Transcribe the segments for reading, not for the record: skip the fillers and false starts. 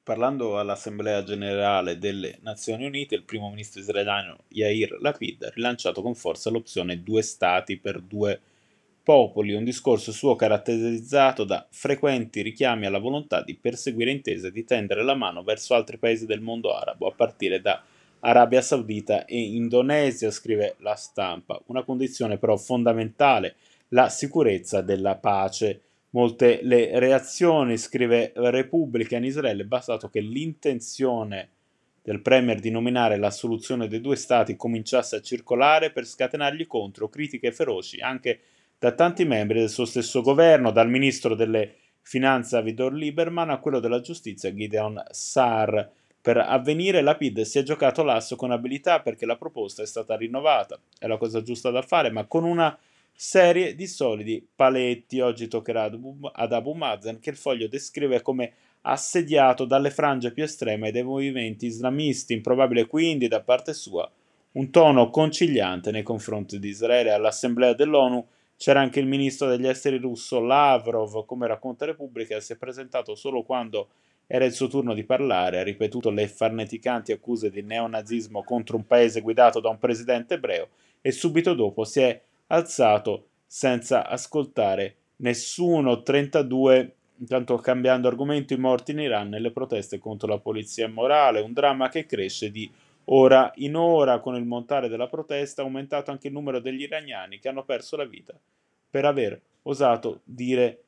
Parlando all'Assemblea generale delle Nazioni Unite, il primo ministro israeliano Yair Lapid ha rilanciato con forza l'opzione due stati per due popoli, un discorso suo caratterizzato da frequenti richiami alla volontà di perseguire intese e di tendere la mano verso altri paesi del mondo arabo, a partire da Arabia Saudita e Indonesia, scrive la stampa. Una condizione però fondamentale, la sicurezza della pace. Molte le reazioni, scrive Repubblica in Israele, è bastato che l'intenzione del premier di nominare la soluzione dei due stati cominciasse a circolare per scatenargli contro critiche feroci anche da tanti membri del suo stesso governo, dal ministro delle finanze Avigdor Lieberman a quello della giustizia Gideon Sa'ar. Per avvenire Lapid si è giocato l'asso con abilità perché la proposta è stata rinnovata, è la cosa giusta da fare, ma con una serie di solidi paletti. Oggi toccherà ad Abu Mazen, che il Foglio descrive come assediato dalle frange più estreme dei movimenti islamisti. Improbabile quindi da parte sua un tono conciliante nei confronti di Israele. All'Assemblea dell'ONU c'era anche il ministro degli esteri russo Lavrov, come racconta Repubblica, si è presentato solo quando era il suo turno di parlare, ha ripetuto le farneticanti accuse di neonazismo contro un paese guidato da un presidente ebreo e subito dopo si è alzato senza ascoltare nessuno. 32, intanto cambiando argomento, i morti in Iran nelle proteste contro la polizia immorale, un dramma che cresce di ora in ora. Con il montare della protesta è aumentato anche il numero degli iraniani che hanno perso la vita per aver osato dire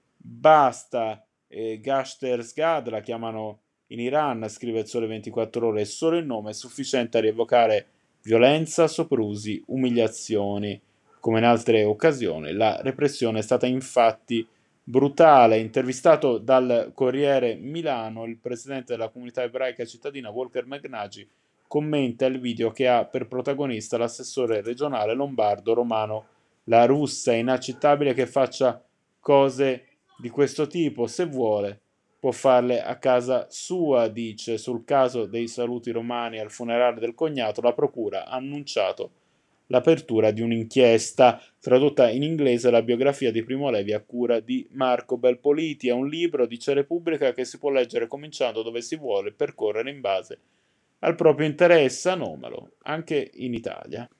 basta. Gashter Sgad la chiamano in Iran, scrive il Sole 24 Ore, e solo il nome è sufficiente a rievocare violenza, soprusi, umiliazioni. Come in altre occasioni, la repressione è stata infatti brutale. Intervistato dal Corriere Milano, il presidente della comunità ebraica cittadina Walker Magnagi commenta il video che ha per protagonista l'assessore regionale lombardo Romano La Russa. È inaccettabile che faccia cose di questo tipo. Se vuole può farle a casa sua, dice. Sul caso dei saluti romani al funerale del cognato, la procura ha annunciato l'apertura di un'inchiesta. Tradotta in inglese la biografia di Primo Levi a cura di Marco Belpoliti. È un libro, dice Repubblica, che si può leggere cominciando dove si vuole, percorrere in base al proprio interesse, anomalo anche in Italia.